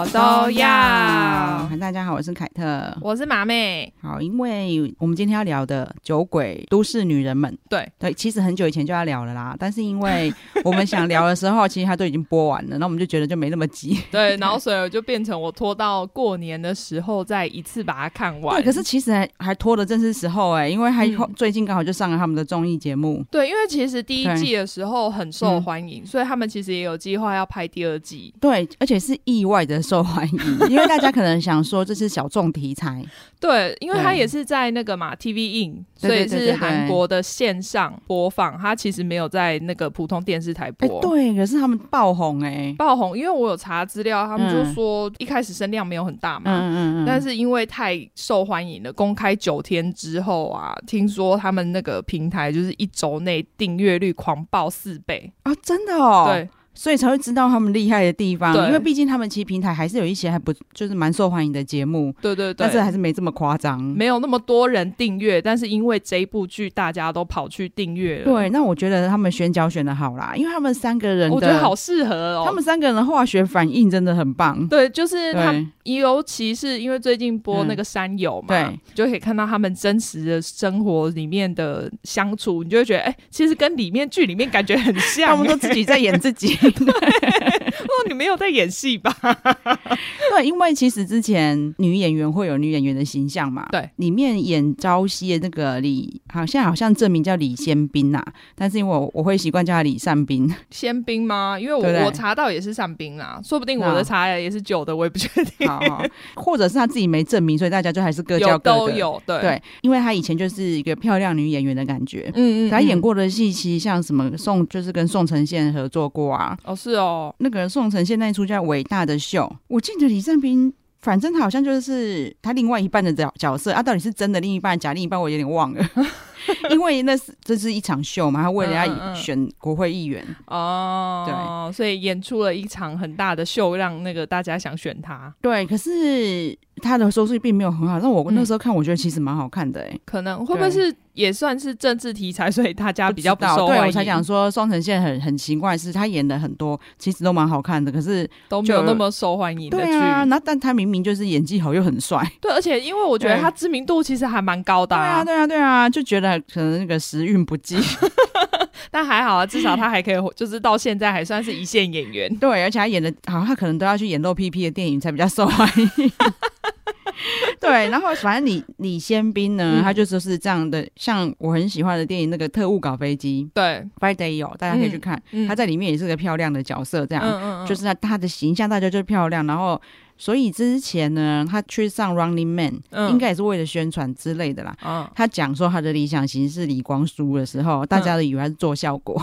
都要。 大家好，我是凯特， 我是马妹。 好，因为我们今天要聊的酒鬼都市女人们， 对， 其实很久以前就要聊了啦，但是因为我们想聊的时候其实它都已经播完了，那我们就觉得就没那么急。 对，然后所以就变成我拖到过年的时候再一次把它看完。 对，可是其实还拖的正是时候因为最近刚好就上了他们的综艺节目。 对，因为其实第一季的时候很受欢迎，所以他们其实也有计划要拍第二季。 对，而且是意外的受欢迎，因为大家可能想说这是小众题材。 对，因为它也是在那个嘛 TV In， 所以是韩国的线上播放，它其实没有在那个普通电视台播。 对，可是他们爆红爆红，因为我有查资料，他们就说一开始声量没有很大嘛，但是因为太受欢迎了，公开9天之后啊，听说他们那个平台就是1周内订阅率狂爆4倍啊！真的哦。 对， 所以才会知道他们厉害的地方，因为毕竟他们其实平台还是有一些还不就是蛮受欢迎的节目， 对对对， 但是还是没这么夸张， 没有那么多人订阅，但是因为这一部剧大家都跑去订阅了。 对，那我觉得他们选角选的好啦，因为他们3个人的， 我觉得好适合哦， 他们3个人的化学反应真的很棒。 对，就是他们，尤其是因为最近播那个山友嘛，对，就可以看到他们真实的生活里面的相处，你就会觉得其实跟剧里面感觉很像， 他们都自己在演自己。 你没有在演戏吧？ 对，因为其实之前女演员会有女演员的形象嘛， 对， 里面演朝夕的那个好像证明叫李先彬啊，但是因为我会习惯叫他李善彬。 先彬吗？因为我查到也是善彬啦，说不定我的查也是旧的，我也不确定。 好，或者是他自己没证明，所以大家就还是各叫各的。 都有，对， 因为他以前就是一个漂亮女演员的感觉，他演过的戏其实像什么就是跟宋承宪合作过啊。 哦，是哦， 那个宋承宪那一出叫《伟大的秀》，我记得李善彬，反正他好像就是他另外一半的角色啊，到底是真的另一半假另一半我有点忘了。因为这是一场秀嘛，他为了要选国会议员对，所以演出了一场很大的秀，让那个大家想选他。 对，可是他的收视率并没有很好，但我那时候看我觉得其实蛮好看的可能会不会是也算是政治题材，所以大家比较不受欢迎。 对，我才讲说宋承宪很奇怪是他演的很多其实都蛮好看的，可是都没有那么受欢迎的剧。 对啊，但他明明就是演技好又很帅。 对，而且因为我觉得他知名度其实还蛮高的对啊，就觉得可能那个时运不济。 但还好啊，至少他还可以就是到现在还算是一线演员。 对，而且他演的好，他可能都要去演露屁屁的电影才比较受欢迎。对，然后反正李先彬呢，他就是这样的，像我很喜欢的电影那个特务搞飞机， 对 Friday 有大家可以去看，他在里面也是个漂亮的角色，这样就是他的形象大家就是漂亮，然后所以之前呢他去上 Running Man，应该也是为了宣传之类的啦，他讲说他的理想型是李光洙的时候，大家都以为他是做效果。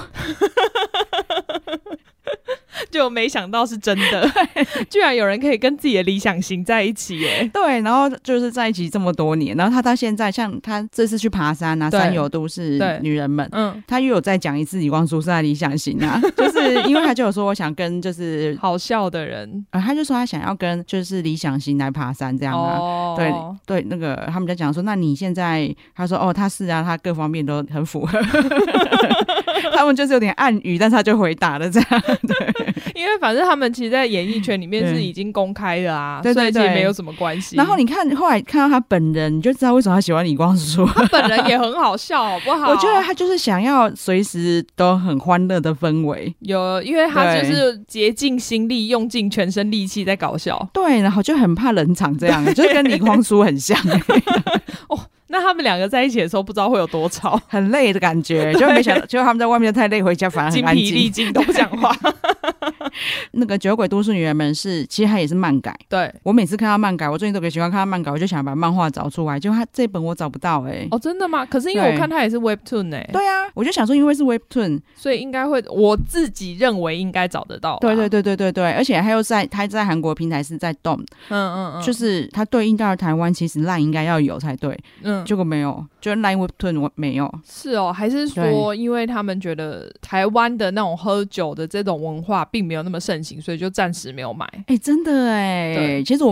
就没想到是真的，居然有人可以跟自己的理想型在一起耶。 对，然后就是在一起这么多年，然后他到现在像他这次去爬山啊，山友都是女人们，他又有再讲一次李光洙是他理想型啊，就是因为他就有说我想跟就是好笑的人， 他就说他想要跟就是理想型来爬山这样啊，对，那个他们在讲说，那你现在他说他是啊，他各方面都很符合。他们就是有点暗语，但是他就回答了这样。对， 因为反正他们其实在演艺圈里面是已经公开的啊， 对， 所以其实没有什么关系。 然后你看后来看到他本人，你就知道为什么他喜欢李光洙。 他本人也很好笑好不好？ 我觉得他就是想要随时都很欢乐的氛围， 有，因为他就是竭尽心力用尽全身力气在搞笑。 对，然后就很怕冷场这样，就是跟李光洙很像。 那他们2个在一起的时候不知道会有多吵， 很累的感觉，就没想到结果他们在外面太累，回家反而很安静， 精疲力尽都不讲话。 那个酒鬼都市女人们其实它也是漫改，对，我每次看到漫改，我最近都喜欢看到漫改，我就想把漫画找出来，结果他这本我找不到哦，真的吗？可是因为我看它也是 Webtoon 对啊，我就想说因为是 Webtoon， 所以应该会，我自己认为应该找得到。 对，而且他在韩国平台是在动，就是他对应到台湾其实 LINE 应该要有才对，结果没有，就 LINE Webtoon 我没有。是哦，还是说因为他们觉得台湾的那种喝酒的这种文化并没有那么盛行，所以就暂时没有买。 真的对，其实我们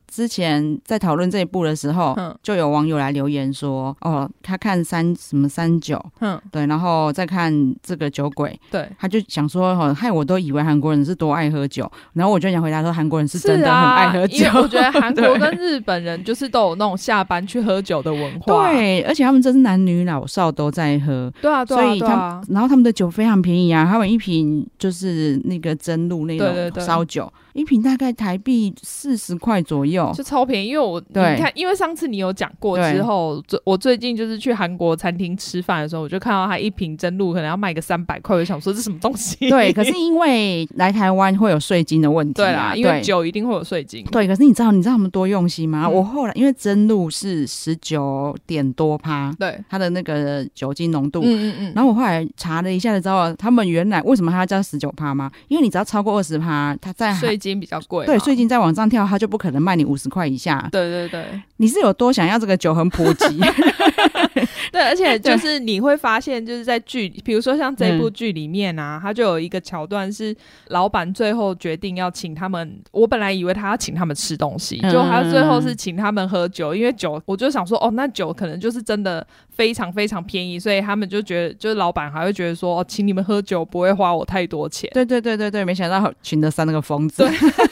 之前在讨论这一部的时候，就有网友来留言说，他看39，对，然后再看这个酒鬼， 对， 他就想说，害我都以为韩国人是多爱喝酒，然后我就想回答说，韩国人是真的很爱喝酒， 因为我觉得韩国跟日本人就是都有那种下班去喝酒的文化， 对，而且他们真是男女老少都在喝， 对啊， 所以然后他们的酒非常便宜啊，他们一瓶就是那个真露那种烧酒，一瓶大概台币40块左右， 就超便宜。因为你看，因为上次你有讲过之后，我最近就是去韩国餐厅吃饭的时候，我就看到他一瓶真露可能要卖个300块，我就想说这什么东西？ 对，可是因为来台湾会有税金的问题， 对啦，因为酒一定会有税金。 对，可是你知道他们多用心吗？我后来因为真露是19点多%，对，它的那个酒精浓度，然后我后来查了一下，知道他们原来为什么他要加19%吗？因为你只要超过20%，它在税金比较贵， 对，税金再往上跳，它就不可能卖你50块以下。 对对对， 你是有多想要这个酒很普及？ 对，而且就是你会发现，就是在剧，比如说像这部剧里面啊，他就有一个桥段是老板最后决定要请他们，我本来以为他要请他们吃东西，就他最后是请他们喝酒，因为酒，我就想说，那酒可能就是真的非常非常便宜，所以他们就觉得，就是老板还会觉得说，请你们喝酒不会花我太多钱。对对对对对，没想到请得上那个疯子。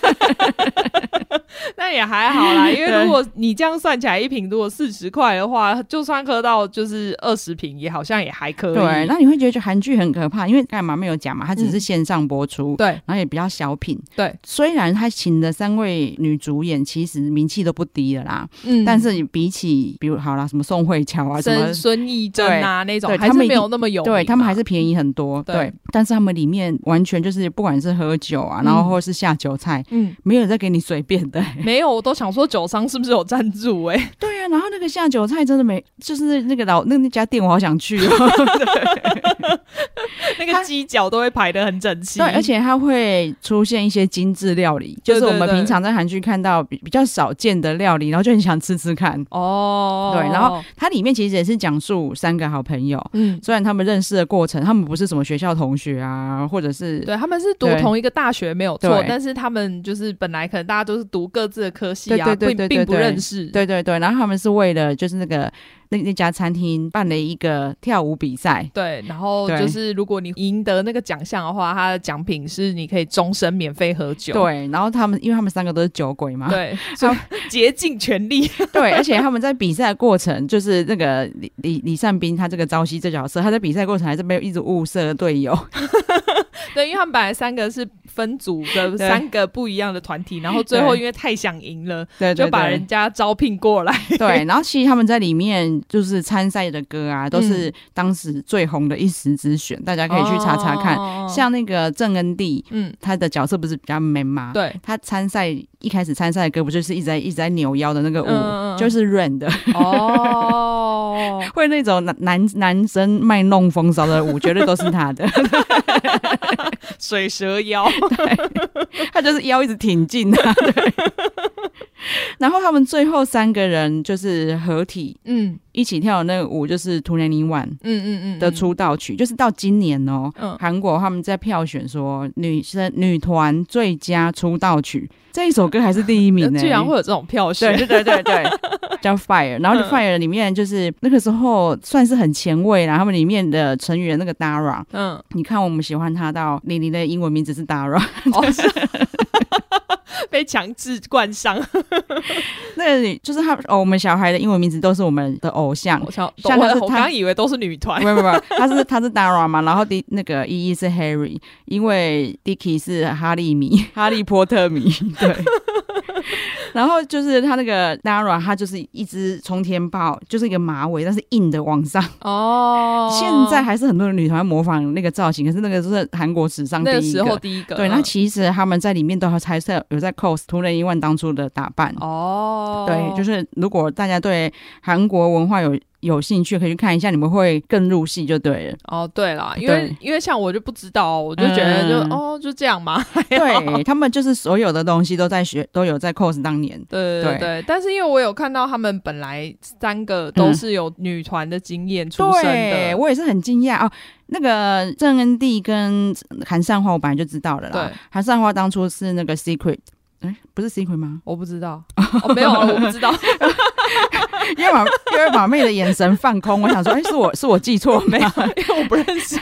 那也还好啦，因为如果你这样算起来，一瓶如果40块的话，就算喝到就是20瓶，也好像也还可以。对，那你会觉得韩剧很可怕，因为刚才妈没有讲嘛，它只是线上播出，对，然后也比较小品，对。虽然他请的3位女主演其实名气都不低了啦，但是比起比如好啦，什么宋慧乔啊，什么孙艺珍啊那种，还是没有那么有名，对他们还是便宜很多，对。但是他们里面完全就是不管是喝酒啊，然后或是下酒菜，没有在给你随便的。没有，我都想说酒商是不是有赞助对啊，然后那个下酒菜真的就是那个那家店我好想去哦。那个鸡脚都会排得很整齐，对，而且它会出现一些精致料理，就是我们平常在韩剧看到比较少见的料理，然后就很想吃吃看哦。对，然后它里面其实也是讲述3个好朋友，虽然他们认识的过程，他们不是什么学校同学啊，或者是对，他们是读同一个大学没有错，但是他们就是本来可能大家都是读各自的科系啊，并不认识，对对对，然后他们是为了就是那家餐厅办了一个跳舞比赛，对，然后就是如果你赢得那个奖项的话，它的奖品是你可以终身免费喝酒，对，然后因为他们3个都是酒鬼嘛，对，所以竭尽全力，对，而且他们在比赛的过程，就是那个李善斌他这个朝夕这角色，他在比赛过程还是没有一直物色队友。对，因为他们本来3个是分组的3个不一样的团体，然后最后因为太想赢了，对，就把人家招聘过来。对，然后其实他们在里面就是参赛的歌啊，都是当时最红的一时之选，大家可以去查查看。像那个郑恩地，他的角色不是比较 man 吗？对，他一开始参赛的歌不就是一直在扭腰的那个舞，就是 Rain 的哦，会那种男生卖弄风骚的舞，绝对都是他的。水蛇腰，对，他就是腰一直挺进啊，对。然后他们最后3个人就是合体，一起跳的那个舞就是2NE1的出道曲，就是到今年哦，韩国他们在票选说女团最佳出道曲，这一首歌还是第1名呢，居然会有这种票选，对对对对对，叫 Fire， 然后 Fire 里面就是那个时候算是很前卫啦，他们里面的成员那个 Dara， 你看我们喜欢他到李黎的英文名字是 Dara， 被强制冠上。那个就是我们小孩的英文名字都是我们的偶像，像我刚以为都是女团，没有，他是 Dara 嘛，然后那个依依是 Harry， 因为 Dicky 是哈利波特迷，对。然后就是他那个 Dara， 他就是一只冲天炮，就是一个马尾，但是硬的往上。哦，现在还是很多的女团模仿那个造型，可是那个是韩国史上第一个，那个时候第一个。对，那其实他们在里面都还猜测有在 cos 2NE1当初的打扮。哦，对，就是如果大家对韩国文化有兴趣可以去看一下，你们会更入戏就对了。哦，对啦，因为像我就不知道，我就觉得就这样嘛。对，他们就是所有的东西都有在 cos 当年。对对 对，但是因为我有看到他们本来3个都是有女团的经验出身的，对，我也是很惊讶哦。那个郑恩地跟韩善花我本来就知道了啦，韩善花当初是那个 Secret 不是 Secret 吗？ 我不知道没有我不知道因为马妹的眼神放空，我想说是我记错没有， 因为我不认识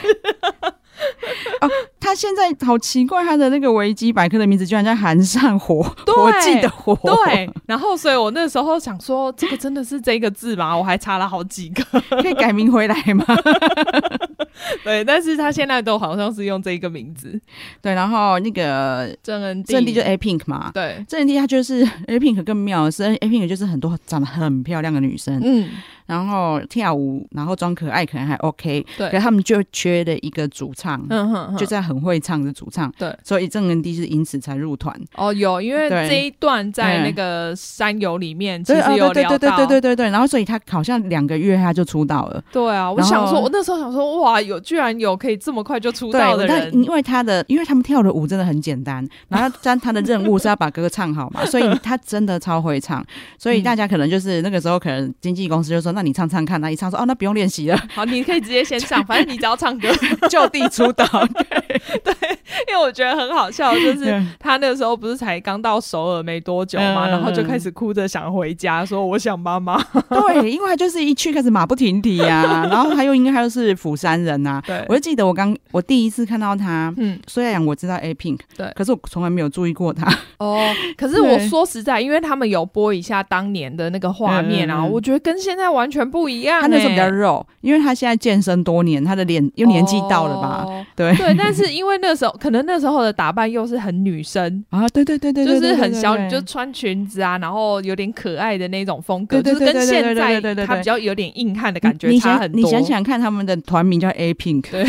他现在好奇怪，他的那个维基百科的名字居然叫韩善火，火计的火。 对，然后所以我那时候想说这个真的是这个字吗？我还查了好几个可以改名回来吗？ 对，但是他现在都好像是用这个名字。 对，然后那个郑恩地就 A-Pink 嘛。 对， 郑恩地他就是 A-Pink 更妙的是 A-Pink 就是很多长得很漂亮的女生，然后跳舞然后装可爱可能还 OK， 对，可是他们就缺了一个主唱，就在很会唱的主唱，对，所以郑恩地是因此才入团。 有，因为这一段在那个山友里面其实有聊到， 对，然后所以他好像2个月他就出道了。 对啊，我想说，我那时候想说，哇，居然有可以这么快就出道的人， 因为他们跳的舞真的很简单，然后他的任务是要把歌唱好嘛，所以他真的超会唱，所以大家可能就是那个时候可能经纪公司就说，那你唱唱看，那一唱说那不用练习了， 好，你可以直接先唱，反正你只要唱歌就地出道。 对，因为我觉得很好笑，就是他那个时候不是才刚到首尔没多久嘛，然后就开始哭着想回家，说我想妈妈。 对，因为他就是一去开始马不停蹄啊，然后他又是釜山人啊。对，我就记得我第一次看到他，虽然我知道 A-Pink， 对，可是我从来没有注意过他。 可是我说实在，因为他们有播一下当年的那个画面啊，我觉得跟现在完全不一样。 他那时候比较肉，因为他现在健身多年，他的脸又年纪到了吧？对， 但是因为那时候可能那时候的打扮又是很女生啊， 对， 就是很小，就穿裙子啊，然后有点可爱的那种风格，就是跟现在他比较有点硬汉的感觉差很多。 你想想看，他们的团名叫 A-Pink， 对。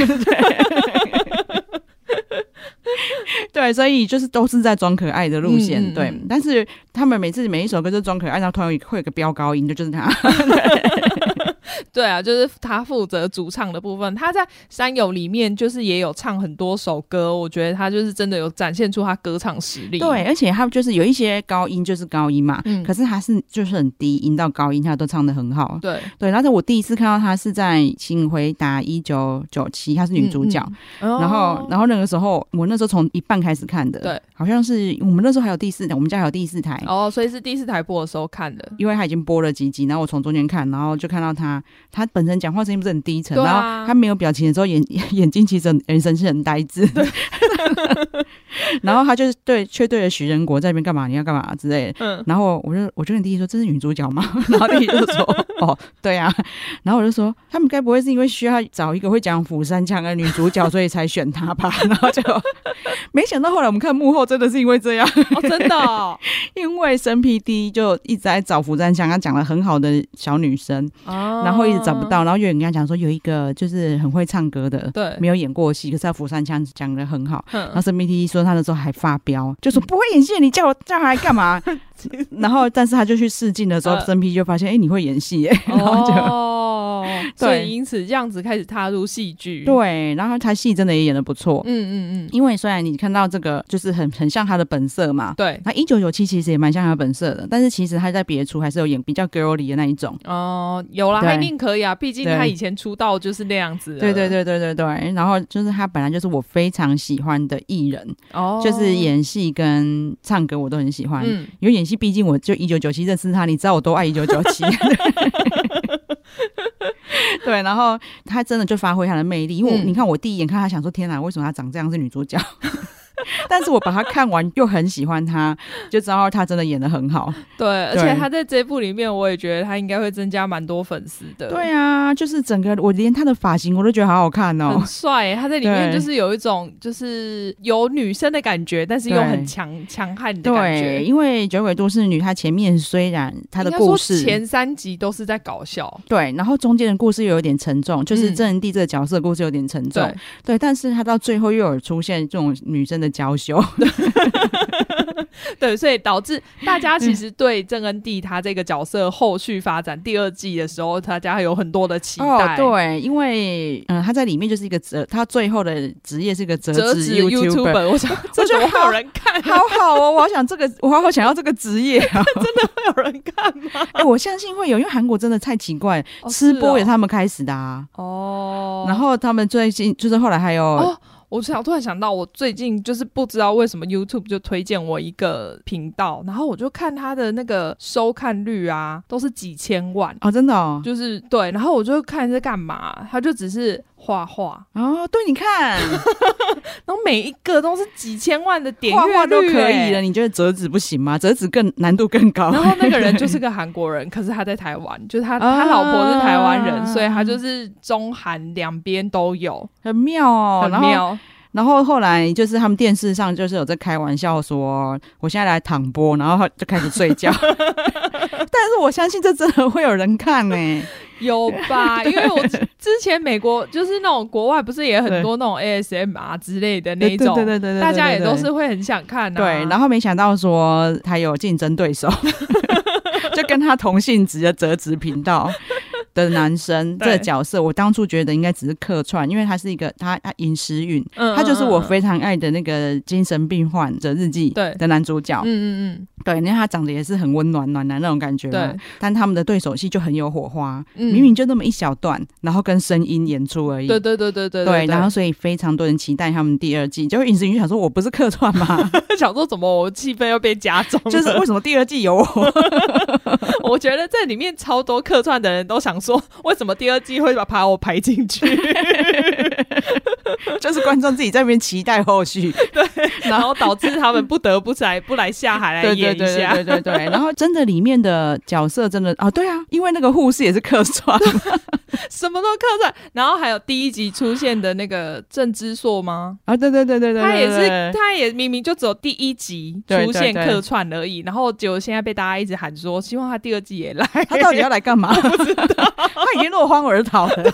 对，所以就是都是在装可爱的路线，对。但是他们每一首歌就装可爱，然后突然会有个飙高音，就是他。 对啊，就是他负责主唱的部分。他在山友里面就是也有唱很多首歌，我觉得他就是真的有展现出他歌唱实力。 对，而且他就是有一些高音就是高音嘛，可是他是就是很低音到高音他都唱得很好。对，然后我第一次看到他是在《请回答1997》，他是女主角。然后那个时候我那时候从一半开始看的，对，好像是我们那时候还有第4台，我们家还有第4台。 所以是第4台播的时候看的， 因为他已经播了几集，然后我从中间看，然后就看到他本身讲话声音不是很低沉，然后他没有表情的时候眼睛其实眼神是很呆滞。然后他就是却对着许仁国在那边干嘛，你要干嘛之类的。然后我就跟弟弟说，这是女主角吗？然后弟弟就说对啊。然后我就说他们该不会是因为需要找一个会讲釜山腔的女主角所以才选她吧？然后就没想到后来我们看幕后真的是因为这样。 真的因为申 PD 就一直在找釜山腔，他讲了很好的小女生，然后一直找不到，然后有人跟他讲说有一个就是很会唱歌的，对，没有演过戏，可是他釜山腔讲得很好。然后申 PD 说他那时候还发飙，就说不会演戏你叫他来干嘛？然后但是他就去试镜的时候，申 PD 就发现你会演戏耶，然后就所以因此这样子开始踏入戏剧。 对，然后他戏真的也演得不错。因为虽然你看到这个就是很像他的本色嘛，对，那1997其实也蛮像他的本色的，但是其实他在别处还是有演比较 girly 的那一种。 有啦，他一定可以啊，毕竟他以前出道就是那样子。 对，然后就是他本来就是我非常喜欢的艺人，就是演戏跟唱歌我都很喜欢。因为演戏毕竟我就1997认识他，你知道我多爱1997。对，然后他真的就发挥他的魅力，因为你看我第一眼看他想说天哪，为什么他长这样是女主角？但是我把他看完又很喜欢他，就知道他真的演得很好。 对，而且他在这部里面我也觉得他应该会增加蛮多粉丝的。 对啊，就是整个我连他的发型我都觉得好好看哦， 很帅。他在里面就是有一种就是有女生的感觉，但是又很强悍的感觉。 对，因为九鬼都市女她前面虽然她的故事前3集都是在搞笑， 对，然后中间的故事又有点沉重，就是郑仁地这个角色的故事有点沉重，对，但是他到最后又有出现这种女生的娇羞。 对，所以导致大家其实对郑恩地他这个角色后续发展第2季的时候，大家有很多的期待。 对，因为他在里面就是一个他最后的职业是一个折纸 YouTuber， 我想这就会有人看， 好好哦，我好想要这个职业啊。 真的会有人看吗？ 我相信会有，因为韩国真的太奇怪了，吃播也是他们开始的啊。然后他们最近就是后来还有我突然想到，我最近就是不知道为什么 YouTube 就推荐我一个频道，然后我就看他的那个收看率啊，都是几千万哦，真的哦， 就是对，然后我就看是干嘛，他就只是画画哦，对，你看， 然后每一个都是几千万的点阅率， 画画都可以了，你觉得折纸不行吗？折纸难度更高。 然后那个人就是个韩国人，可是他在台湾，就是他老婆是台湾人，所以他就是中韩两边都有， 很妙哦， 很妙。 然后后来就是他们电视上就是有在开玩笑说，我现在来躺播，然后就开始睡觉。但是我相信这真的会有人看有吧？因为我之前美国就是那种国外不是也很多那种 ASMR 之类的那种，对，大家也都是会很想看啊。 对，然后没想到说他有竞争对手，就跟他同性质的折纸频道的男生这个角色，我当初觉得应该只是客串，因为他是一个他尹时允，他就是我非常爱的那个精神病患者日记的男主角。对，因为他长得也是很温暖暖男那种感觉嘛。对，但他们的对手戏就很有火花，明明就那么一小段，然后跟声音演出而已。对，然后所以非常多人期待他们第二季。就尹时允想说，我不是客串吗？ 想说怎么我气氛又被加重？ 就是为什么第二季有我？ 我觉得在里面超多客串的人都想说，为什么第二季会把我排进去？ 就是观众自己在那边期待后续， 对，然后导致他们不得不来下海来演一下， 对。然后真的里面的角色真的对啊，因为那个护士也是客串， 什么都客串。然后还有第一集出现的那个郑之硕吗？ 对， 他也明明就只有第一集出现客串而已，然后结果现在被大家一直喊说，希望他第二季也来。 他到底要来干嘛？不知道，他已经落荒而逃了。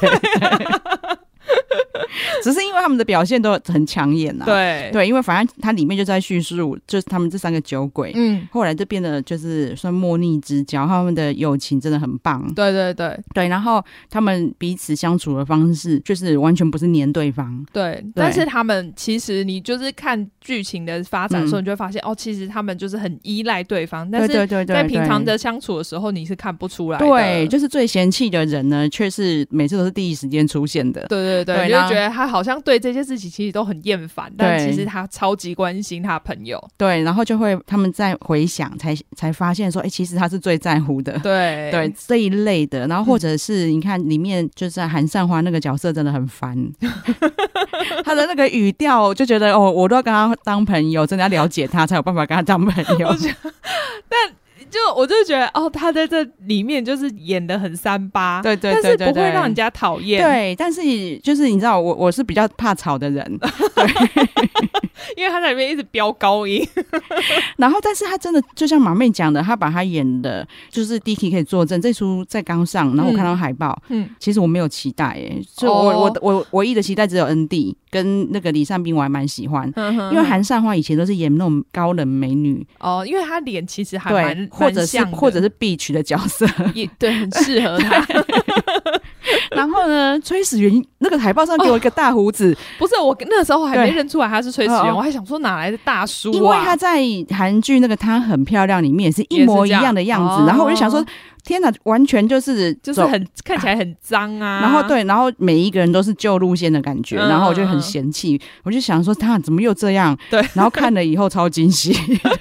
只是因为他们的表现都很抢眼啊，对，因为反正它里面就在叙述，就是他们这三个酒鬼，后来就变得就是算莫逆之交，他们的友情真的很棒，对，然后他们彼此相处的方式就是完全不是黏对方， 对，但是他们其实你就是看剧情的发展的时候，你就会发现其实他们就是很依赖对方，但是在平常的相处的时候，你是看不出来的， 对，就是最嫌弃的人呢，却是每次都是第一时间出现的， 对，你就觉得他好像对这件事情其实都很厌烦，但其实他超级关心他朋友， 对，然后就会他们在回想才发现说，其实他是最在乎的，对这一类的，然后或者是你看里面就是韩善花那个角色真的很烦，他的那个语调就觉得我都要跟他当朋友，真的要了解他才有办法跟他当朋友， 但我就觉得他在这里面就是演得很3八， 对， 但是不会让人家讨厌， 对，但是就是你知道我是比较怕吵的人，对， 因为他在里面一直飙高音， 然后但是他真的就像马妹讲的，他把他演的就是 Dicky 可以作证，这出在刚上，然后我看到海报，其实我没有期待就我唯一的期待只有 ND 跟那个李善斌，我还蛮喜欢，因为韩善花以前都是演那种高冷美女因为她脸其实还蛮或者是 Beach 的角色， 也对，很适合她。 然后呢，崔始源那个海报上给我一个大胡子， 不是我那时候还没认出来他是崔始源，我还想说哪来的大叔啊？ 因为他在韩剧那个《她很漂亮》里面也是一模一样的样子，然后我就想说，天哪，完全就是很看起来很脏啊。 然后对，然后每一个人都是旧路线的感觉，然后我就很嫌弃，我就想说他怎么又这样？对，然后看了以后超惊喜。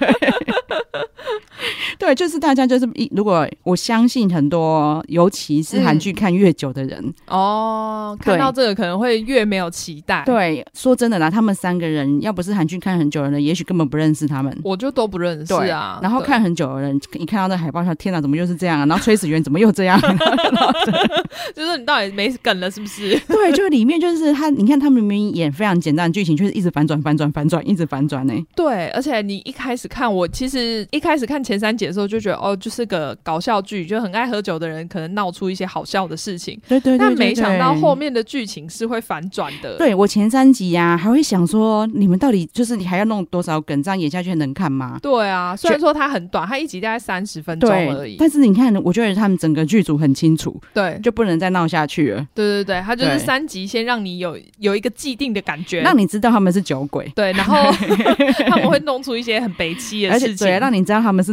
对，就是大家就是如果我相信很多，尤其是韩剧看越久的人， 看到这个可能会越没有期待。 对，说真的啦，他们三个人要不是韩剧看很久的人，也许根本不认识他们， 我就都不认识啊。 然后看很久的人，一看到那海报上，天哪，怎么又是这样啊？然后崔始源怎么又这样？ 就是你到底没梗了是不是？ 对，就里面就是他，你看他们明明演非常简单的剧情，却是一直反转，一直反转呢。 对，而且你一开始看，我其实一开始看前3集的时候就觉得就是个搞笑剧，就很爱喝酒的人可能闹出一些好笑的事情。对，但没想到后面的剧情是会反转的。 对，我前3集啊还会想说，你们到底就是你还要弄多少梗，这样演下去能看吗？ 对啊，虽然说它很短，它一集大概30分钟而已， 但是你看，我觉得他们整个剧组很清楚， 对， 就不能再闹下去了。 对，他就是3集先让你有一个既定的感觉， 让你知道他们是酒鬼， 对，然后他们会弄出一些很北七的事情， 而且对，让你知道他们是这么 over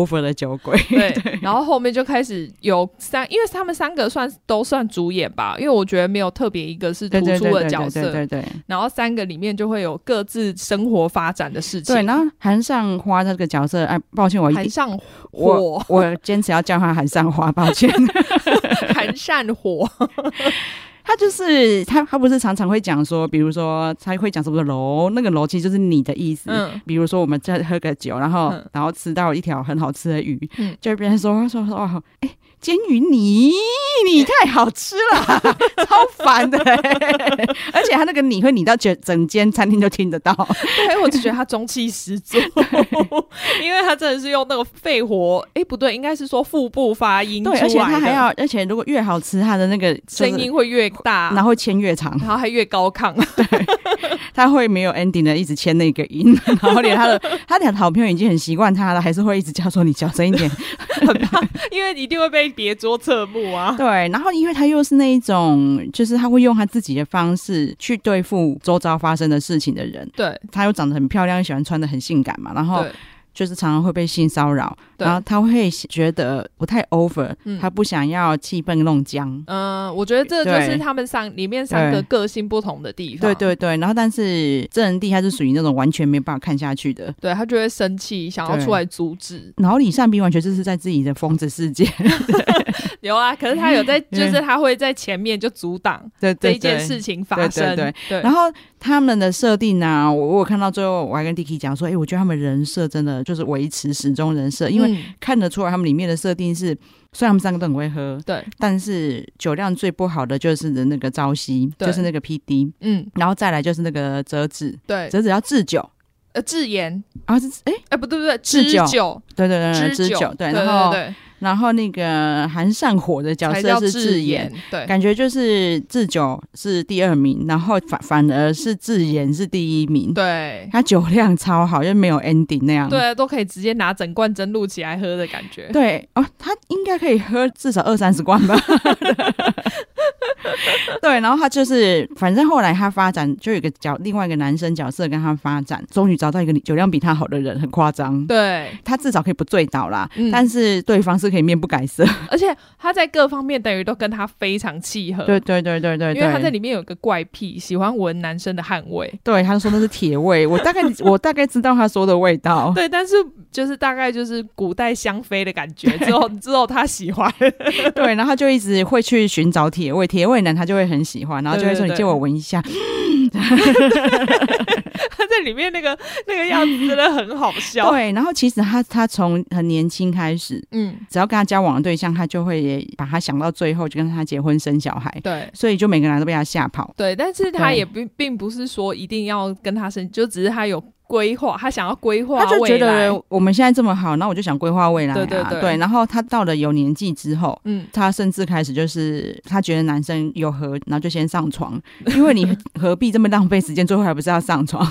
over 的酒鬼。 对，然后后面就开始有因为他们3个都算主演吧，因为我觉得没有特别一个是突出的角色， 对， 然后3个里面就会有各自生活发展的事情。 对，然后韩尚花这个角色，哎，抱歉， 韩尚火， 我坚持要叫他韩尚花，抱歉， 韩尚火。 他就是他不是常常会讲说，比如说他会讲什么楼，那个楼其实就是你的意思。比如说我们在喝个酒，然后吃到一条很好吃的鱼，就会别人说哦，哎，煎鱼你太好吃了，超烦的。而且他那个你会你到整间餐厅就听得到。 对，我就觉得他中气十足，因为他真的是用那个肺活，不对，应该是说腹部发音出来的。 对，而且他还要，而且如果越好吃，他的那个声音会越大， 然后牵越长， 然后还越高亢。 对，他会没有 ending 的一直牵那个音，然后连他的好朋友已经很习惯他了，还是会一直叫说你小声一点， 很怕，因为一定会被别桌侧目啊。 对，然后因为他又是那一种，就是他会用他自己的方式去对付周遭发生的事情的人。 对， 他又长得很漂亮，喜欢穿得很性感嘛，然后就是常常会被性骚扰，然后他会觉得不太 over，他不想要气氛弄僵。 我觉得这就是他们里面3个个性不同的地方。 对，然后但是郑仁地他是属于那种完全没办法看下去的， 对，他就会生气，想要出来阻止。 然后李善斌完全就是在自己的疯子世界。 有啊，可是他有在，就是他会在前面就阻挡这一件事情发生。 对，然后他们的设定啊，我有看到最后，我还跟 Dicky 讲说，我觉得他们人设真的就是维持始终人设，因为看得出来他们里面的设定是，虽然他们3个都很会喝，对，但是酒量最不好的就是那个朝夕，就是那个 PD，然后再来就是那个折子，对，折子要制酒。 制盐啊， 不对，制酒， 对，制酒，对，然后那个韩尚火的角色是制盐，对，感觉就是制酒是第2名，然后反而是制盐是第1名，对，他酒量超好，就没有 ending 那样， 对，都可以直接拿整罐蒸露起来喝的感觉， 对哦，他应该可以喝至少20-30罐吧。对，然后他就是反正后来他发展就有另外一个男生角色跟他发展，终于找到一个酒量比他好的人，很夸张，对，他至少可以不醉倒啦，但是对方是可以面不改色， 而且他在各方面等于都跟他非常契合， 对， 因为他在里面有个怪癖，喜欢闻男生的汗味， 对，他说那是铁味，我大概知道他说的味道， 对，但是就是大概就是古代香妃的感觉，之后他喜欢， 对，然后他就一直会去寻找铁味男，他就会很喜欢，然后就会说你借我闻一下。 他在里面那个样子真的很好笑。 对，然后其实他从很年轻开始，只要跟他交往的对象，他就会把他想到最后，就跟他结婚生小孩。对，所以就每个人都被他吓跑。 对，但是他也并不是说一定要跟他生，就只是他有规划，他想要规划未来， 他就觉得我们现在这么好，那我就想规划未来啊。对，然后他到了有年纪之后，他甚至开始就是他觉得男生有合，然后就先上床，因为你何必这么浪费时间，最后还不是要上床。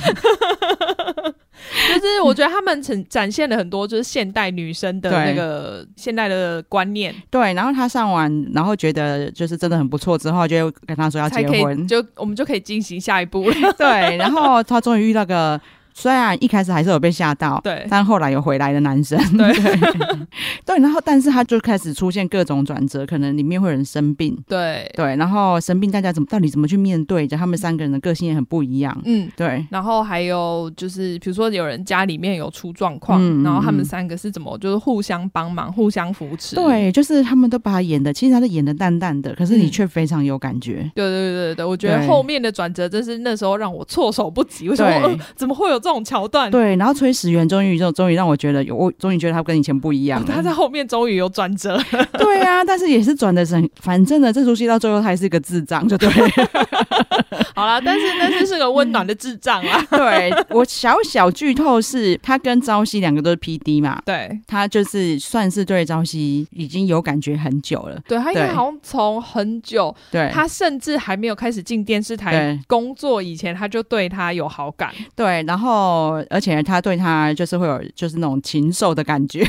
就是我觉得他们展现了很多就是现代女生的那个现代的观念。 对，然后他上完，然后觉得就是真的很不错之后，就跟他说要结婚， 我们就可以进行下一步了。 对，然后他终于遇到个。虽然一开始还是有被吓到，对，但后来有回来的男生，对，然后但是他就开始出现各种转折，可能里面会有人生病，对，然后生病大家到底怎么去面对？就他们3个人的个性也很不一样，对。 然后还有就是比如说有人家里面有出状况，然后他们3个是怎么就是互相帮忙、互相扶持？对， 就是他们都把他演的，其实他是演的淡淡的，可是你却非常有感觉。 对，我觉得后面的转折真是那时候让我措手不及，为什么怎么会有这种桥段？ 对，然后崔始源终于让我觉得我终于觉得他跟以前不一样了， 他在后面终于有转折。 对啊，但是也是转的很，反正呢这出戏到最后他还是一个智障，就对了。 好啦，但是个温暖的智障啊。 对，我小剧透是他跟朝夕2个都是 PD 嘛，对，他就是算是对朝夕已经有感觉很久了。 对，他应该好像从很久，对，他甚至还没有开始进电视台工作以前，他就对他有好感。对， 然后而且他对他就是会有就是那种禽兽的感觉。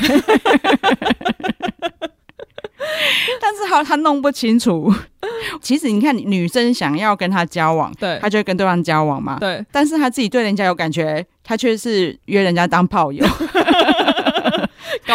但是他弄不清楚，其实你看女生想要跟他交往，对，他就会跟对方交往嘛，对，但是他自己对人家有感觉，他却是约人家当炮友。 搞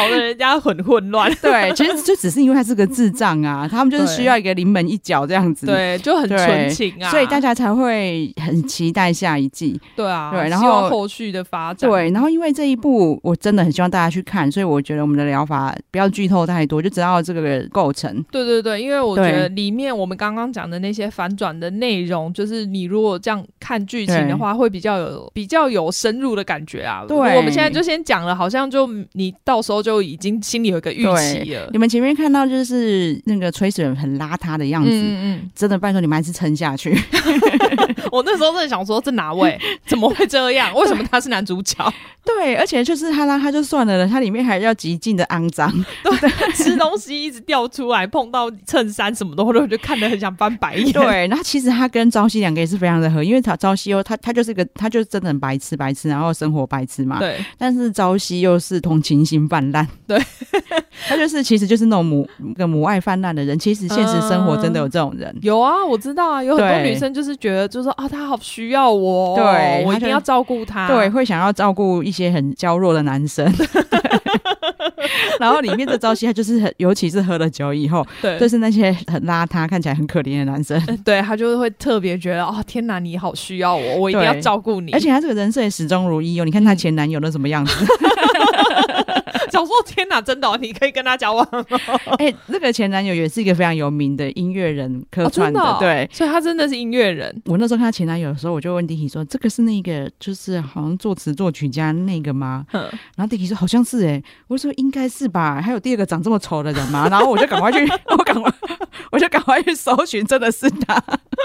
搞得人家很混乱。 对，其实就只是因为他是个智障啊，他们就是需要一个临门一脚这样子， 对，就很纯情啊， 所以大家才会很期待下一季。 对啊， 对，然后希望后续的发展。 对，然后因为这一部我真的很希望大家去看，所以我觉得我们的疗法不要剧透太多，就知道这个构成。 对对对，因为我觉得里面我们刚刚讲的那些反转的内容，就是你如果这样看剧情的话，会比较有深入的感觉啊。对，我们现在就先讲了，好像就你到时候就已经心里有一个预期了。 你们前面看到就是那个崔始源很邋遢的样子，真的拜托你们还是撑下去。 我那时候真的想说，这哪位怎么会这样？为什么他是男主角？ 对，而且就是他邋遢就算了，他里面还要极尽的肮脏， 对，吃东西一直掉出来，碰到衬衫什么的，我就看得很想翻白眼。 对，然后其实他跟朝夕两个也是非常的合，因为朝夕他就是真的很白痴，然后生活白痴嘛。 对， 但是朝夕又是同情心泛滥。 对， 他其实就是那种母爱泛滥的人。其实现实生活真的有这种人。 有啊，我知道啊，有很多女生就是觉得，就是说啊，他好需要我， 对， 我一定要照顾他， 对，会想要照顾一些很娇弱的男生。然后里面的朝夕他就是尤其是喝了酒以后，对，就是那些很邋遢看起来很可怜的男生， 对，他就会特别觉得哦，天哪，你好需要我，我一定要照顾你。 而且他这个人设也始终如一哦，你看他前男友都什么样子。 想说天哪，真的哦，你可以跟他交往哦。 那个前男友也是一个非常有名的音乐人，客串的，真的哦，对， 所以他真的是音乐人。 我那时候看他前男友的时候，我就问 Dicky 说：“这个是那个就是好像作词作曲家那个吗？”然后 Dicky 说：“好像是欸。”我说：“应该是吧？还有第二个长这么丑的人吗？”然后我就赶快去，我就赶快去搜寻，真的是他。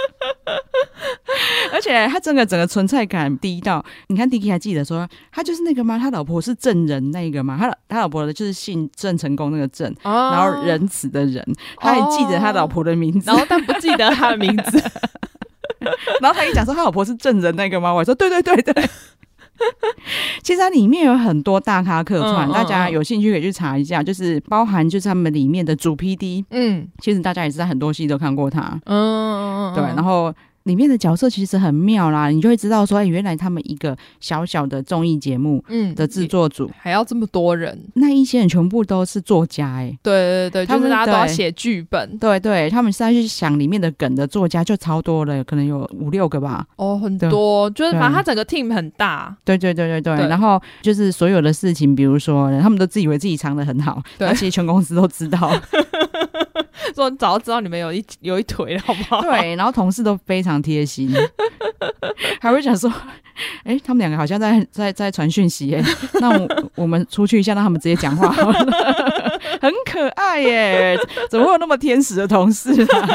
而且他整个存在感低到，你看 Dicky 还记得说他就是那个吗？他老婆是郑人那个吗？他老婆的就是姓郑成功那个郑，然后仁慈的仁，他还记得他老婆的名字， 然后但不记得他的名字。 然后他一讲说他老婆是郑人那个吗？我说对。其实它里面有很多大咖客串，大家有兴趣可以去查一下，就是包含就是他们里面的主 PD，其实大家也是在很多戏都看过他，对，然后里面的角色其实很妙啦，你就会知道说，原来他们一个小小的综艺节目的制作组， 还要这么多人， 那一些人全部都是作家对，就是大家都要写剧本， 对，他们是在去想里面的梗的作家就超多了，可能有5-6个吧， 很多，就是反正他整个 team 很大，对， 然后就是所有的事情，比如说他们都自以为自己藏得很好，而且全公司都知道。 说早就知道你们有一腿了，好不好？ 对，然后同事都非常贴心，还会讲说，他们两个好像在传讯息那我们出去一下，让他们直接讲话好了，很可爱耶，怎么会有那么天使的同事啊？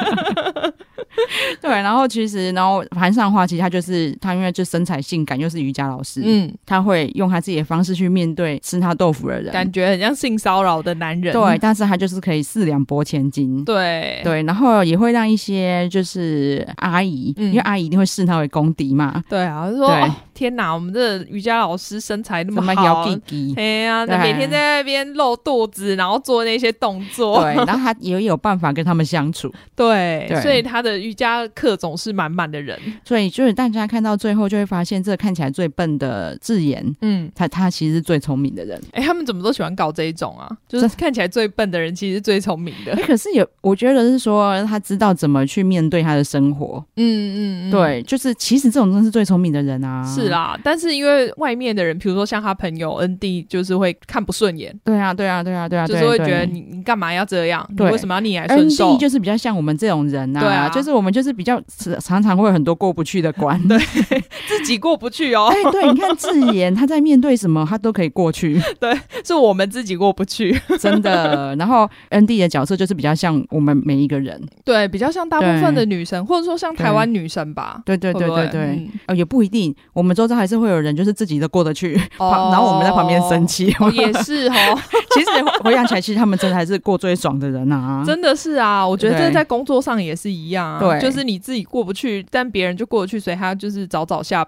对，然后韩尚华其实他因为就身材性感又是瑜伽老师，他会用他自己的方式去面对吃他豆腐的人， 感觉很像性骚扰的男人， 对，但是他就是可以4两拨千斤，对，然后也会让一些就是阿姨，因为阿姨一定会视他为公敌嘛， 对啊，就说天哪，我们这瑜伽老师身材那么好，每天在那边露肚子，然后做那些动作， 对，然后他也有办法跟他们相处， 对，所以他的瑜伽课总是满满的人， 所以就是大家看到最后就会发现，这个看起来最笨的智妍，他其实是最聪明的人。 他们怎么都喜欢搞这一种啊？就是看起来最笨的人其实是最聪明的。 可是我觉得是说他知道怎么去面对他的生活。对，就是其实这种真是最聪明的人啊。 是啦，但是因为外面的人，比如说像他朋友恩弟，就是会看不顺眼。 对啊， 就是会觉得你干嘛要这样？你为什么要逆来顺受？ 恩弟就是比较像我们这种人啊，对啊，就是我们就是比较常常会有很多过不去的关， 对，自己过不去哦。 对，你看智妍他在面对什么他都可以过去， 对，是我们自己过不去， 真的。然后恩弟的角色就是比较像我们每一个人， 对，比较像大部分的女生，或者说像台湾女生吧。 对，也不一定，我们周遭还是会有人就是自己都过得去，然后我们在旁边生气。 也是其实回想起来，其实他们真的还是过最爽的人啊， 真的是啊。我觉得这在工作上也是一样啊，对，就是你自己过不去，但别人就过得去，所以他就是早早下班。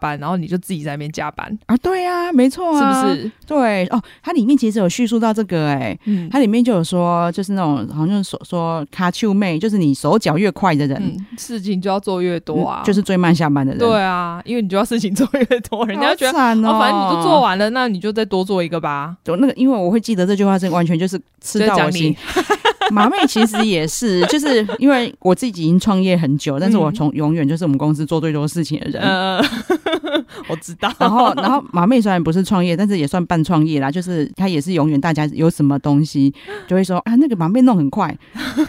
班，然后你就自己在那边加班啊。对啊，没错啊， 是不是？ 对哦，它里面其实有叙述到这个它里面就有说，就是那种好像说卡丘妹，就是你手脚越快的人， 事情就要做越多啊， 就是最慢下班的人。 对啊，因为你就要事情做越多，人家觉得反正你都做完了，那你就再多做一个吧。 那个，因为我会记得这句话，是完全就是吃到我心。马妹其实也是，就是因为我自己已经创业很久，但是我从永远就是我们公司做最多事情的人。 我知道。 然后马妹虽然不是创业，但是也算半创业啦，就是她也是永远大家有什么东西就会说啊，那个马妹弄很快。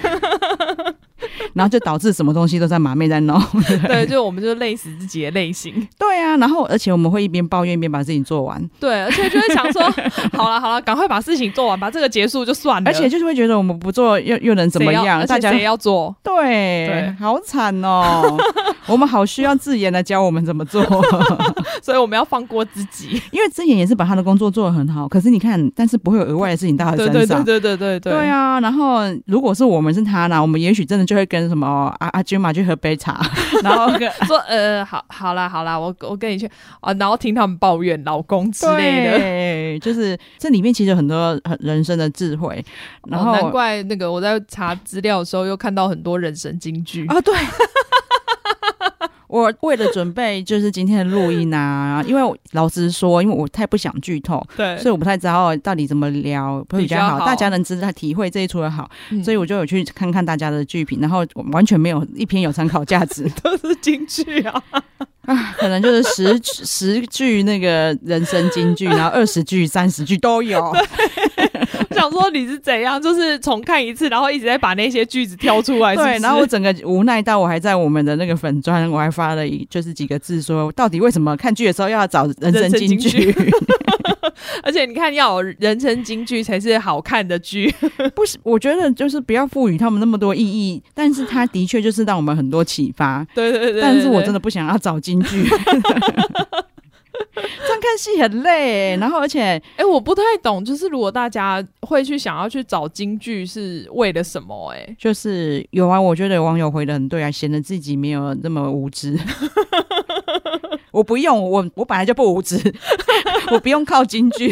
然后就导致什么东西都在马妹在弄。 对，就我们就累死自己的类型。 对啊，然后而且我们会一边抱怨一边把事情做完。 对，而且就会想说好了赶快把事情做完，把这个结束就算了。 而且就是会觉得我们不做又能怎么样？ 大家谁要做？ 对，好惨哦。我们好需要智妍来教我们怎么做。 所以我们要放过自己， 因为智妍也是把她的工作做得很好，可是你看，但是不会有额外的事情到她身上。对啊，然后如果是我们是她呢，我们也许真的就会跟什么阿君嘛去喝杯茶，然后说好啦，我跟你去然后听他们抱怨老公之类的。 对，就是这里面其实有很多人生的智慧。然后难怪那个我在查资料的时候又看到很多人生金句啊，对。我为了准备就是今天的录音啊，因为老实说，因为我太不想剧透， 对， 所以我不太知道到底怎么聊会比较好，大家能知道体会这一出的好，所以我就有去看看大家的剧评，然后完全没有一篇有参考价值， 都是金句啊。 可能就是10句那个人生金句，然后20句、30句都有。 我想说你是怎样，就是重看一次，然后一直在把那些句子挑出来是不是？ 对，然后我整个无奈到我还在我们的那个粉专，我还发了就是几个字说，到底为什么看剧的时候要找人生金句？ 而且你看，要有人生金句才是好看的剧。 不是，我觉得就是不要赋予他们那么多意义，但是它的确就是让我们很多启发。 对， 但是我真的不想要找金句。这样看戏很累，然后而且我不太懂，就是如果大家会去想要去找金句是为了什么？ 就是有啊，我觉得有网友回得很对啊，显得自己没有那么无知。我不用，我本来就不无知，我不用靠金句。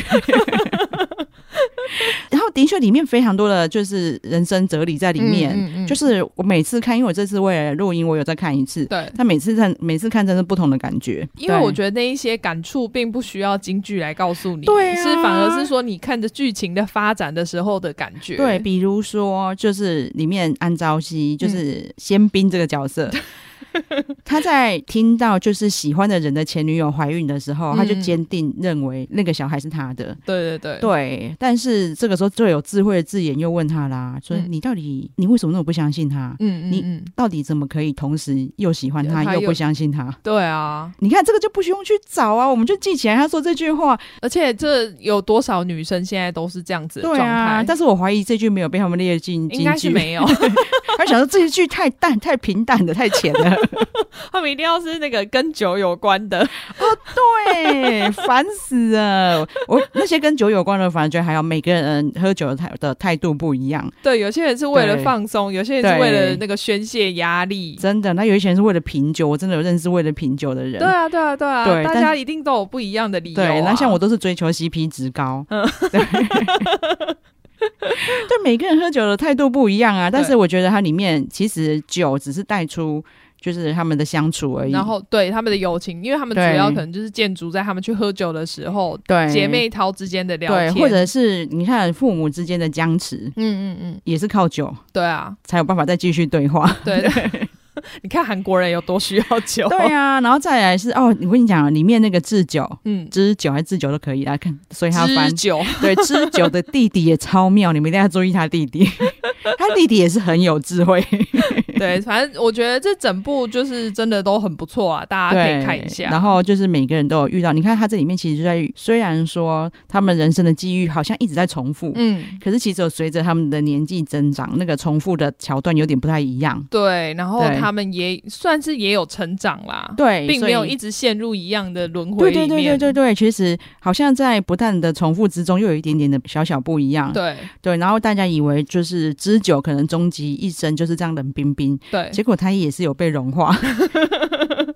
然后的确里面非常多的就是人生哲理在里面，就是我每次看，因为我这次为了录音我有再看一次， 对， 他每次看真是不同的感觉， 因为我觉得那一些感触并不需要金句来告诉你， 对啊， 是反而是说你看着剧情的发展的时候的感觉。 对，比如说就是里面安朝夕就是仙彬这个角色，他在听到就是喜欢的人的前女友怀孕的时候，他就坚定认为那个小孩是他的。对，但是这个时候最有智慧的智妍又问他啦，说你为什么那么不相信他？你到底怎么可以同时又喜欢他又不相信他？ 对啊， 你看这个就不用去找啊，我们就记起来他说这句话。 而且这有多少女生现在都是这样子的状态？对啊， 但是我怀疑这句没有被他们列进金句， 应该是没有。 他想说这一句太淡、太平淡的、太浅了。 他们一定要是那个跟酒有关的。 对，烦死了。我那些跟酒有关的反而觉得还好，每个人喝酒的态度不一样。 对，有些人是为了放松，有些人是为了那个宣泄压力。 真的，那有一些人是为了品酒，我真的有认识为了品酒的人。 对啊，大家一定都有不一样的理由。 对，那像我都是追求 CP 值高。对，每个人喝酒的态度不一样啊，但是我觉得它里面其实酒只是带出就是他们的相处而已， 然后对他们的友情，因为他们主要可能就是建筑在他们去喝酒的时候，对姐妹淘之间的聊天， 对，或者是你看父母之间的僵持，也是靠酒， 对啊， 才有办法再继续对话， 对。你看韩国人有多需要酒。 对啊，然后再来是我跟你讲，里面那个智久，知酒还是智久都可以来看，所以他翻知酒， 对，知酒的弟弟也超妙，你们一定要注意他弟弟，他弟弟也是很有智慧。 对，反正我觉得这整部就是真的都很不错啊，大家可以看一下。 然后就是每个人都有遇到，你看他这里面其实就在虽然说他们人生的际遇好像一直在重复，可是其实有随着他们的年纪增长，那个重复的桥段有点不太一样。 对，然后他们也算是也有成长啦， 对， 并没有一直陷入一样的轮回里面。 对，其实好像在不断的重复之中，又有一点点的小小不一样。对，然后大家以为就是知酒可能终极一生就是这样冷冰冰， 对， 结果他也是有被融化。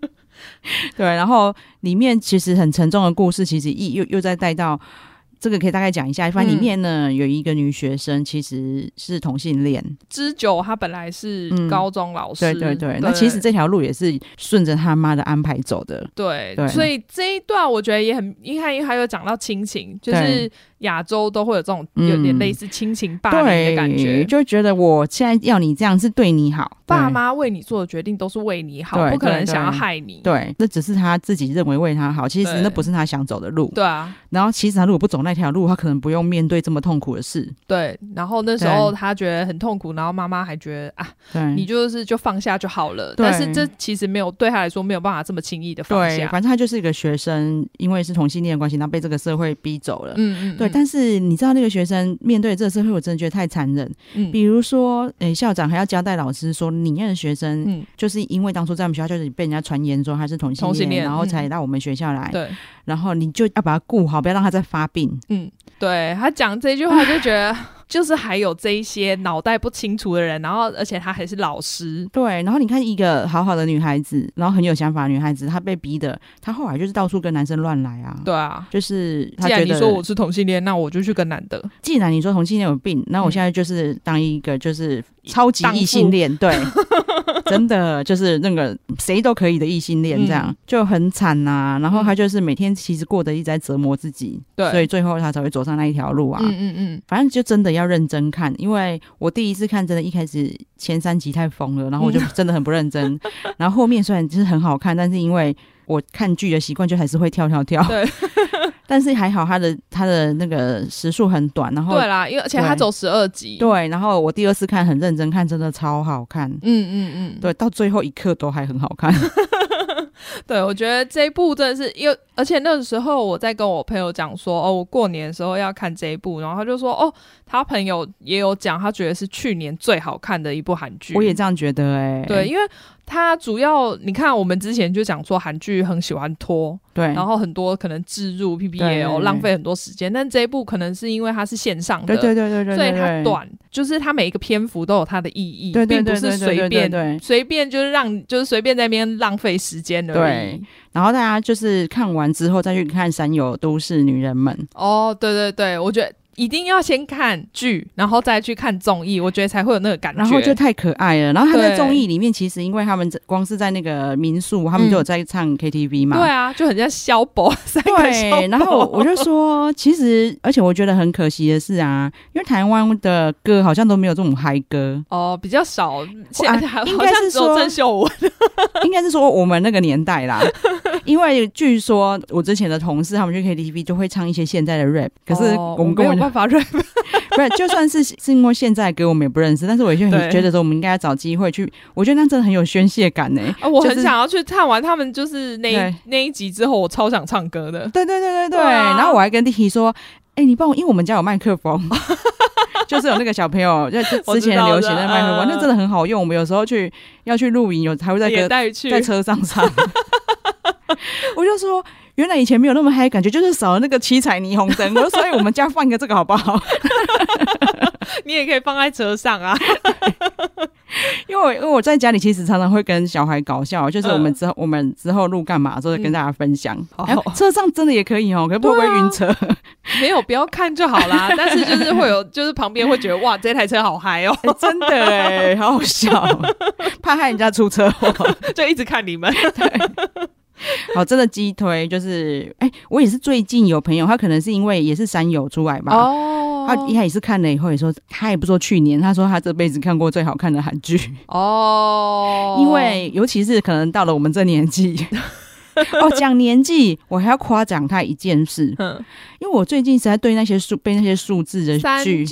对，然后里面其实很沉重的故事，其实又再带到。这个可以大概讲一下，反正里面呢、有一个女学生其实是同性恋， 之久她本来是高中老师， 对，那其实这条路也是顺着他妈的安排走的， 对，所以这一段我觉得也很，因为还有讲到亲情，就是亚洲都会有这种有点类似亲情霸凌的感觉， 就觉得我现在要你这样是对你好， 爸妈为你做的决定都是为你好，不可能想要害你， 对，那只是他自己认为为他好，其实那不是他想走的路， 对啊， 然后其实他如果不走那条路，他可能不用面对这么痛苦的事， 对，然后那时候他觉得很痛苦，然后妈妈还觉得对，你就放下就好了，但是这其实没有对他来说没有办法这么轻易的放下， 对，反正他就是一个学生，因为是同性恋的关系，然后被这个社会逼走了，对，但是你知道那个学生面对这个社会，我真的觉得太残忍，比如说校长还要交代老师说，你那个学生就是因为当初在我们学校就是被人家传言说他是同性恋，然后才到我们学校来，对，然后你就要把他顾好，不要让他再发病， 对，他讲这句话就觉得就是还有这一些脑袋不清楚的人，然后而且他还是老师， 对，然后你看一个好好的女孩子，然后很有想法的女孩子，她被逼的，她后来就是到处跟男生乱来啊， 对啊， 就是她觉得既然你说我是同性恋，那我就去跟男的， 既然你说同性恋有病，那我现在就是当一个就是超级异性恋，对真的就是那个谁都可以的异性恋，这样就很惨啊，然后他就是每天其实过得一直在折磨自己，对，所以最后他才会走上那一条路啊，反正就真的要认真看，因为我第一次看真的一开始前3集太疯了，然后我就真的很不认真然后后面虽然就是很好看，但是因为我看剧的习惯就还是会跳对但是还好他的那个时数很短，然后对啦，因为而且他走12集， 对，然后我第2次看很认真看，真的超好看，对，到最后一刻都还很好看对，我觉得这一部真的是而且那个时候我在跟我朋友讲说我过年的时候要看这一部，然后他就说他朋友也有讲他觉得是去年最好看的一部韩剧， 我也这样觉得对，因为他主要你看我们之前就讲说韩剧很喜欢拖，对，然后很多可能置入 PPL 浪费很多时间，但这一部可能是因为它是线上的，对，所以它短，就是它每一个篇幅都有它的意义，并不是随便就是随便在那边浪费时间而已，对， 然后大家就是看完之后再去看《山有都市女人们》 对，我觉得一定要先看剧，然后再去看综艺，我觉得才会有那个感觉， 然后就太可爱了。然后他在综艺里面，其实因为他们光是在那个民宿，他们就有在唱 KTV 嘛， 对啊，就很像消博， 对。然后我就说，其实而且我觉得很可惜的是啊，因为台湾的歌好像都没有这种嗨歌比较少，应该是说郑秀文， 应该是说我们那个年代啦。因为据说我之前的同事他们去 KTV 就会唱一些现在的 rap， 可是我们根本没有办法 rap， 不是，就算是因为现在的歌我们也不认识，但是我就很觉得说我们应该要找机会去，我觉得那真的很有宣泄感呢。 我很想要去看完他们就是那一集之后，我超想唱歌的。 对，然后我还跟弟弟说，你帮我，因为我们家有麦克风。就是有那个小朋友就之前流行的麦克风，那真的很好用。我们有时候要去露营，还会在车上唱。我就说，原来以前没有那么嗨，感觉就是少了那个七彩霓虹灯。我就说，我们家放一个这个好不好？ 你也可以放在车上啊。 因为我在家里其实常常会跟小孩搞笑，就是我们之后录干嘛的时候跟大家分享。车上真的也可以可不会晕车？ 没有，不要看就好啦。但是就是会有，就是旁边会觉得哇，这台车好嗨哦， 真的好好笑，怕害人家出车祸， 就一直看你们。对。 好，真的激推就是我也是最近有朋友，他可能是因为也是山友出来吧，他也是看了以后也说，他也不说去年，他说他这辈子看过最好看的韩剧因为尤其是可能到了我们这年纪讲年纪我还要夸奖他一件事，因为我最近实在对被那些数字的剧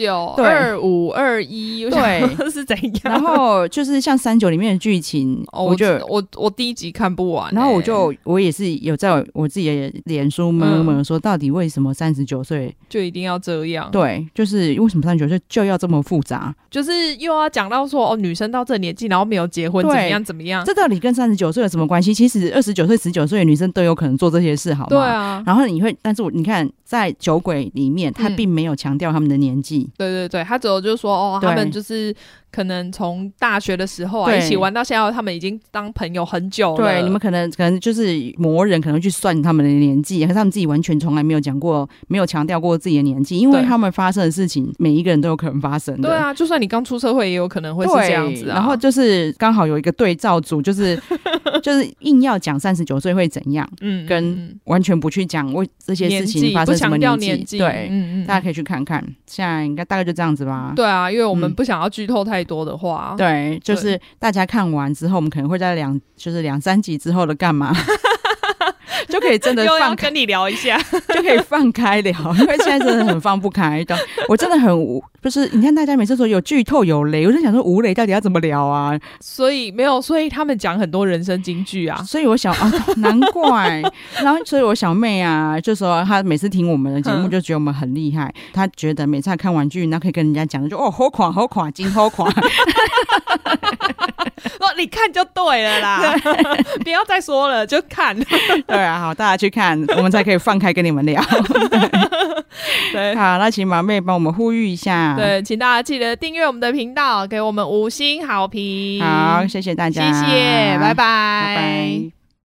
39、25、21对是怎样， 然后就是像39里面的剧情我第一集看不完然后我也是有在我自己的脸书murmur说到底为什么39岁就一定要这样， 对，就是为什么39岁就要这么复杂， 就是又要讲到说女生到这年纪然后没有结婚怎么样，这到底跟39岁有什么关系？其实29岁19岁岁的女生都有可能做这些事，好吗？ 对啊。 然后但是你看，在酒鬼里面，他并没有强调他们的年纪。 对对对，他只有就说他们就是可能从大学的时候啊一起玩到现在，他们已经当朋友很久了。 对，你们可能就是魔人可能去算他们的年纪，可是他们自己完全从来没有讲过，没有强调过自己的年纪，因为他们发生的事情，每一个人都有可能发生的。 对啊，就算你刚出社会，也有可能会是这样子啊。 然后就是刚好有一个对照组，就是硬要讲39岁会怎样，跟完全不去讲为这些事情发生什么年纪。对，大家可以去看看。现在应该大概就这样子吧。 对啊，因为我们不想要剧透太多的话。 对，就是大家看完之后，我们可能会在2-3集之后的干嘛就可以真的又要跟你聊一下就可以放开聊，因为现在真的很放不开我真的很就是你看大家每次说有剧透有雷，我就想说无雷到底要怎么聊啊？ 所以他们讲很多人生金句啊， 所以我难怪然后所以我小妹啊就说她每次听我们的节目就觉得我们很厉害，她觉得每次看完剧那可以跟人家讲就好垮金好垮你看就对了啦不要再说了，就看对啊，好，大家去看我们才可以放开跟你们聊对，好，那请马妹帮我们呼吁一下。 对，请大家记得订阅我们的频道，给我们5星好评。 好，谢谢大家， 谢谢，拜拜， 拜拜。